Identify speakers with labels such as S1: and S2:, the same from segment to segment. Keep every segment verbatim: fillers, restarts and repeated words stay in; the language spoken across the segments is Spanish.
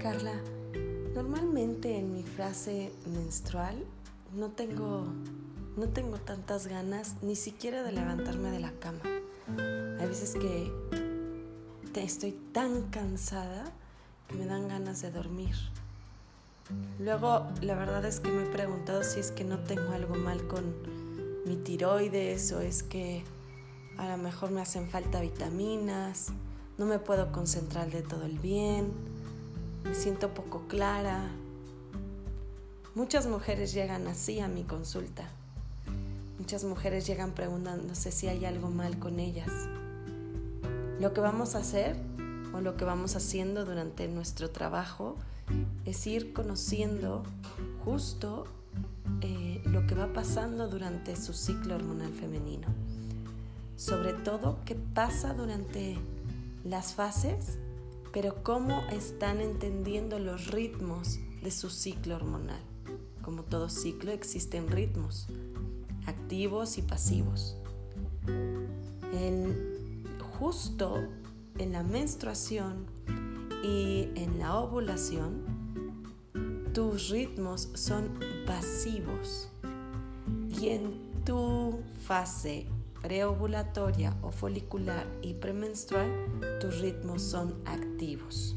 S1: Carla, normalmente en mi frase menstrual no tengo, no tengo tantas ganas ni siquiera de levantarme de la cama. Hay veces que te estoy tan cansada que me dan ganas de dormir. Luego, la verdad es que me he preguntado si es que no tengo algo mal con mi tiroides o es que a lo mejor me hacen falta vitaminas, no me puedo concentrar de todo el bien, me siento poco clara. Muchas mujeres llegan así a mi consulta. Muchas mujeres llegan preguntándose si hay algo mal con ellas. Lo que vamos a hacer o lo que vamos haciendo durante nuestro trabajo es ir conociendo justo eh, lo que va pasando durante su ciclo hormonal femenino. Sobre todo qué pasa durante las fases, pero cómo están entendiendo los ritmos de su ciclo hormonal. Como todo ciclo existen ritmos, activos y pasivos. En, justo en la menstruación y en la ovulación, tus ritmos son pasivos. Y en tu fase preovulatoria o folicular y premenstrual, tus ritmos son activos.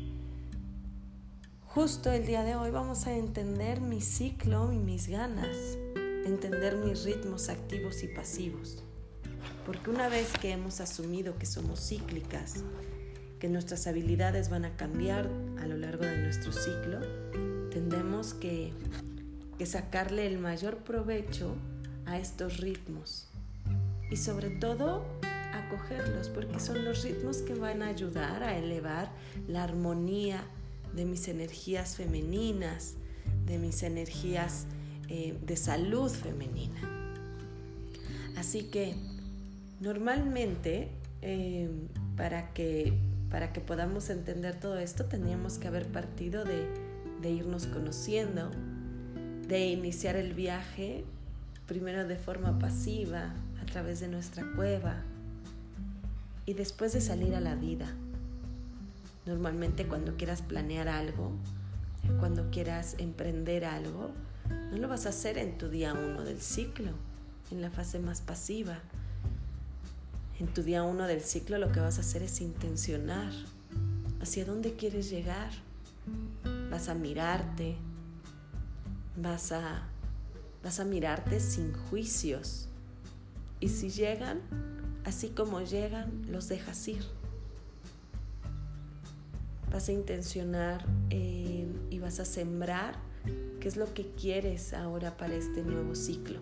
S1: Justo el día de hoy vamos a entender mi ciclo y mis ganas, entender mis ritmos activos y pasivos. Porque una vez que hemos asumido que somos cíclicas, que nuestras habilidades van a cambiar a lo largo de nuestro ciclo, tendremos que, que sacarle el mayor provecho a estos ritmos. Y sobre todo, acogerlos, porque son los ritmos que van a ayudar a elevar la armonía de mis energías femeninas, de mis energías eh, de salud femenina. Así que, normalmente, eh, para que, para que podamos entender todo esto, tendríamos que haber partido de, de irnos conociendo, de iniciar el viaje, primero de forma pasiva, a través de nuestra cueva y después de salir a la vida. Normalmente cuando quieras planear algo, cuando quieras emprender algo, no lo vas a hacer en tu día uno del ciclo, en la fase más pasiva. En tu día uno del ciclo lo que vas a hacer es intencionar hacia dónde quieres llegar. Vas a mirarte, vas a, vas a mirarte sin juicios. Y si llegan, así como llegan, los dejas ir. Vas a intencionar eh, y vas a sembrar qué es lo que quieres ahora para este nuevo ciclo.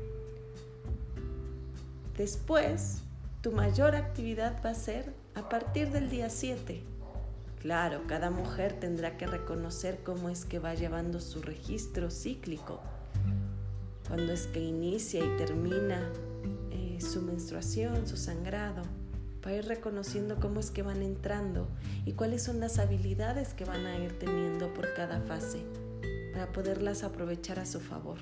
S1: Después, tu mayor actividad va a ser a partir del día siete. Claro, cada mujer tendrá que reconocer cómo es que va llevando su registro cíclico. Cuándo es que inicia y termina su menstruación, su sangrado, para ir reconociendo cómo es que van entrando y cuáles son las habilidades que van a ir teniendo por cada fase, para poderlas aprovechar a su favor.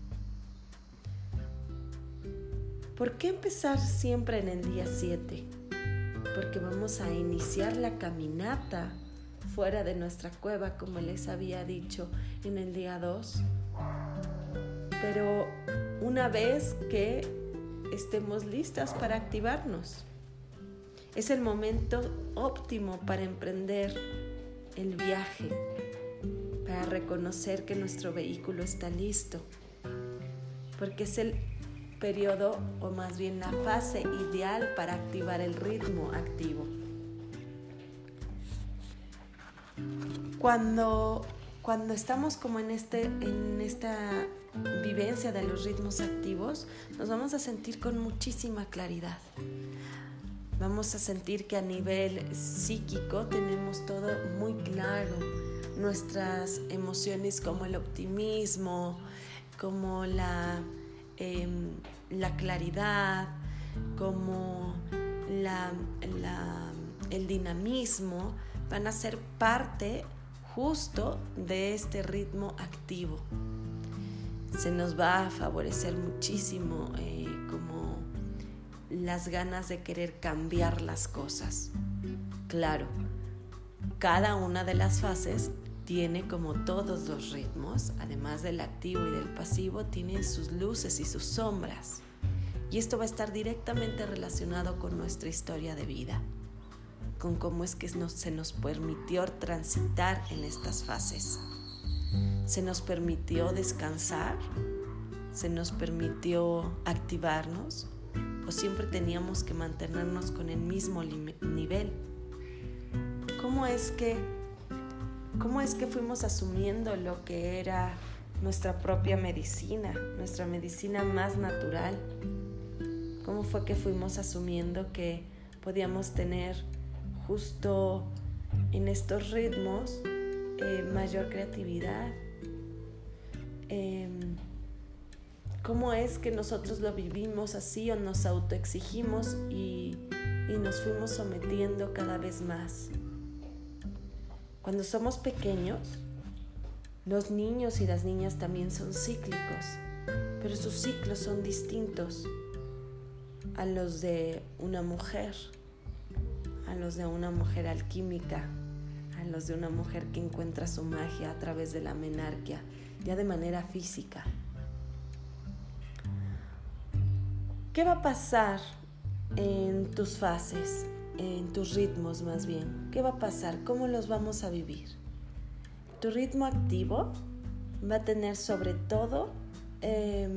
S1: ¿Por qué empezar siempre en el día siete? Porque vamos a iniciar la caminata fuera de nuestra cueva, como les había dicho en el día dos. Pero una vez que estemos listas para activarnos, es el momento óptimo para emprender el viaje, para reconocer que nuestro vehículo está listo, porque es el periodo, o más bien la fase ideal para activar el ritmo activo. Cuando, cuando estamos como en, este, en esta vivencia de los ritmos activos, nos vamos a sentir con muchísima claridad. Vamos a sentir que a nivel psíquico tenemos todo muy claro. Nuestras emociones como el optimismo, como la, eh, la claridad, como la, la, el dinamismo, van a ser parte justo de este ritmo activo. Se nos va a favorecer muchísimo eh, como las ganas de querer cambiar las cosas. Claro, cada una de las fases tiene, como todos los ritmos, además del activo y del pasivo, tiene sus luces y sus sombras. Y esto va a estar directamente relacionado con nuestra historia de vida, con cómo es que nos, se nos permitió transitar en estas fases. Se nos permitió descansar, se nos permitió activarnos, o siempre teníamos que mantenernos con el mismo li- nivel. ¿Cómo es que, cómo es que fuimos asumiendo lo que era nuestra propia medicina, nuestra medicina más natural? ¿Cómo fue que fuimos asumiendo que podíamos tener justo en estos ritmos eh, mayor creatividad? Eh, ¿Cómo es que nosotros lo vivimos así o nos autoexigimos y, y nos fuimos sometiendo cada vez más? Cuando somos pequeños, los niños y las niñas también son cíclicos, pero sus ciclos son distintos a los de una mujer, a los de una mujer alquímica, a los de una mujer que encuentra su magia a través de la menarquia, ya de manera física. ¿Qué va a pasar en tus fases, en tus ritmos más bien? ¿Qué va a pasar? ¿Cómo los vamos a vivir? Tu ritmo activo va a tener sobre todo eh,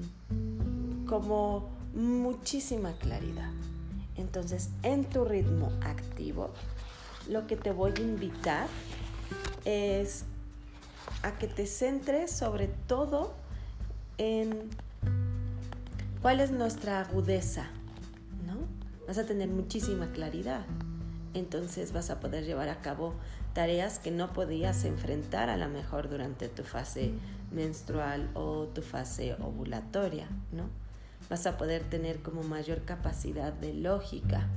S1: como muchísima claridad. Entonces, en tu ritmo activo, lo que te voy a invitar es a que te centres sobre todo en cuál es nuestra agudeza, ¿no? Vas a tener muchísima claridad. Entonces vas a poder llevar a cabo tareas que no podías enfrentar a lo mejor durante tu fase menstrual o tu fase ovulatoria, ¿no? Vas a poder tener como mayor capacidad de lógica,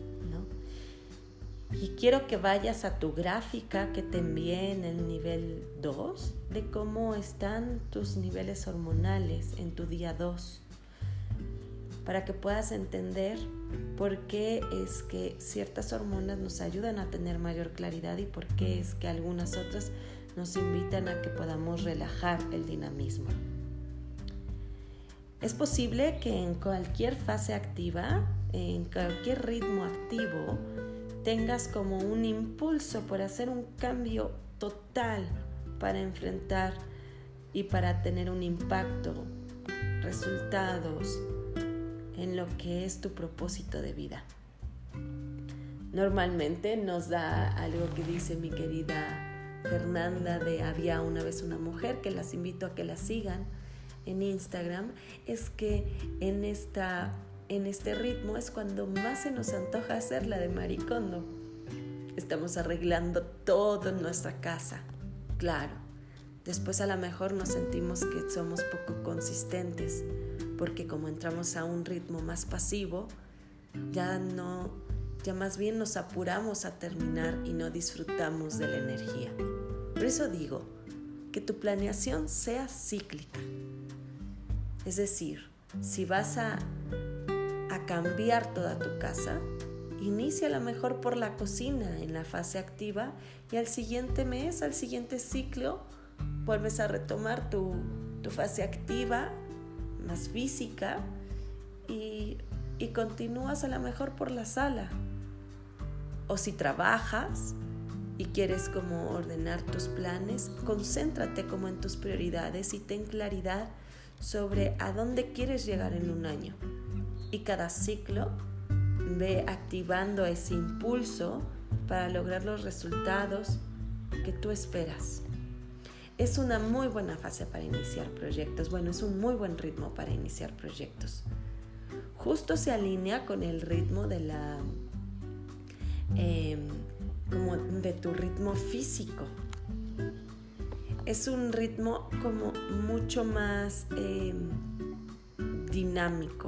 S1: ¿no? Y quiero que vayas a tu gráfica que te envié en el nivel dos de cómo están tus niveles hormonales en tu día dos, para que puedas entender por qué es que ciertas hormonas nos ayudan a tener mayor claridad y por qué es que algunas otras nos invitan a que podamos relajar el dinamismo. Es posible que en cualquier fase activa, en cualquier ritmo activo, tengas como un impulso por hacer un cambio total para enfrentar y para tener un impacto, resultados en lo que es tu propósito de vida. Normalmente nos da algo que dice mi querida Fernanda de Había una vez una mujer, que las invito a que la sigan en Instagram, es que en, esta, en este ritmo es cuando más se nos antoja hacer la de Maricondo. Estamos arreglando todo en nuestra casa, claro. Después a lo mejor nos sentimos que somos poco consistentes, porque como entramos a un ritmo más pasivo, ya no, ya más bien nos apuramos a terminar y no disfrutamos de la energía. Por eso digo que tu planeación sea cíclica. Es decir, si vas a, a cambiar toda tu casa, inicia a lo mejor por la cocina en la fase activa y al siguiente mes, al siguiente ciclo, vuelves a retomar tu, tu fase activa más física y, y continúas a lo mejor por la sala. O si trabajas y quieres como ordenar tus planes, concéntrate como en tus prioridades y ten claridad sobre a dónde quieres llegar en un año. Y cada ciclo ve activando ese impulso para lograr los resultados que tú esperas. Es una muy buena fase para iniciar proyectos. Bueno, es un muy buen ritmo para iniciar proyectos. Justo se alinea con el ritmo de la, eh, como de tu ritmo físico. Es un ritmo como mucho más eh, dinámico.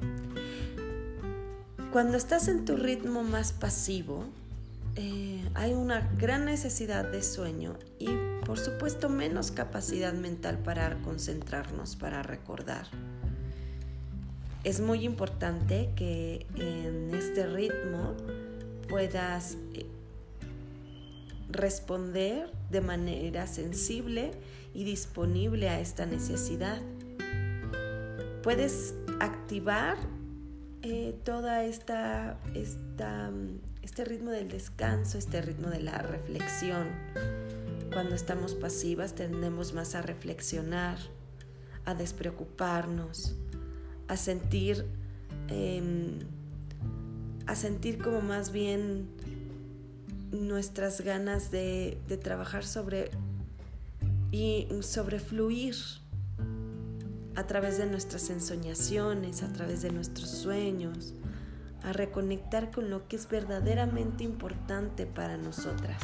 S1: Cuando estás en tu ritmo más pasivo, eh, hay una gran necesidad de sueño y por supuesto menos capacidad mental para concentrarnos, para recordar. Es muy importante que en este ritmo puedas responder de manera sensible y disponible a esta necesidad. Puedes activar eh, toda esta, esta este ritmo del descanso, este ritmo de la reflexión. Cuando estamos pasivas tendemos más a reflexionar, a despreocuparnos, a sentir, eh, a sentir como más bien nuestras ganas de, de trabajar sobre y sobre fluir a través de nuestras ensoñaciones, a través de nuestros sueños, a reconectar con lo que es verdaderamente importante para nosotras.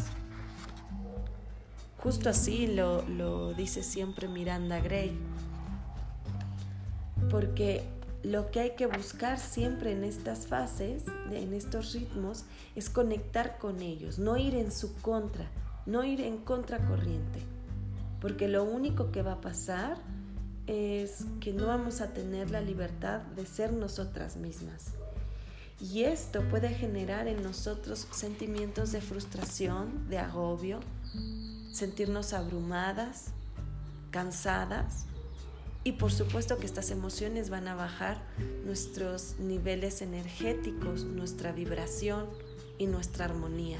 S1: Justo así lo, lo dice siempre Miranda Gray, porque lo que hay que buscar siempre en estas fases, en estos ritmos, es conectar con ellos, no ir en su contra, no ir en contracorriente, porque lo único que va a pasar es que no vamos a tener la libertad de ser nosotras mismas. Y esto puede generar en nosotros sentimientos de frustración, de agobio, sentirnos abrumadas, cansadas, y por supuesto que estas emociones van a bajar nuestros niveles energéticos, nuestra vibración y nuestra armonía.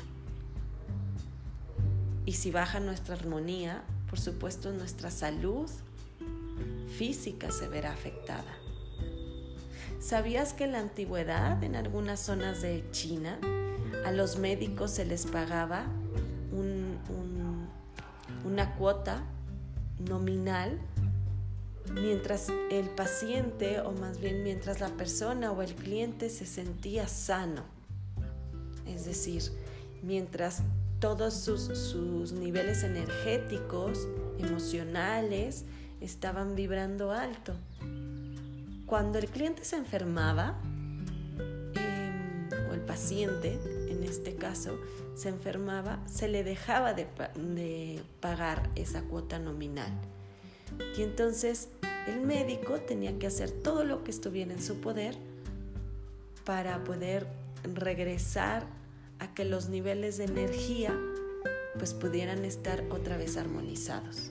S1: Y si baja nuestra armonía, por supuesto nuestra salud física se verá afectada. ¿Sabías que en la antigüedad, en algunas zonas de China, a los médicos se les pagaba un, un, una cuota nominal mientras el paciente, o más bien mientras la persona o el cliente se sentía sano? Es decir, mientras todos sus, sus niveles energéticos, emocionales, estaban vibrando alto. Cuando el cliente se enfermaba, eh, o el paciente, en este caso, se enfermaba, se le dejaba de, de pagar esa cuota nominal. Y entonces el médico tenía que hacer todo lo que estuviera en su poder para poder regresar a que los niveles de energía pues pudieran estar otra vez armonizados.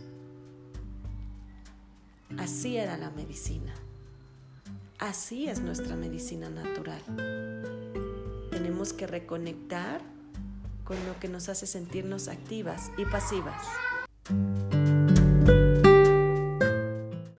S1: Así era la medicina. Así es nuestra medicina natural. Tenemos que reconectar con lo que nos hace sentirnos activas y pasivas.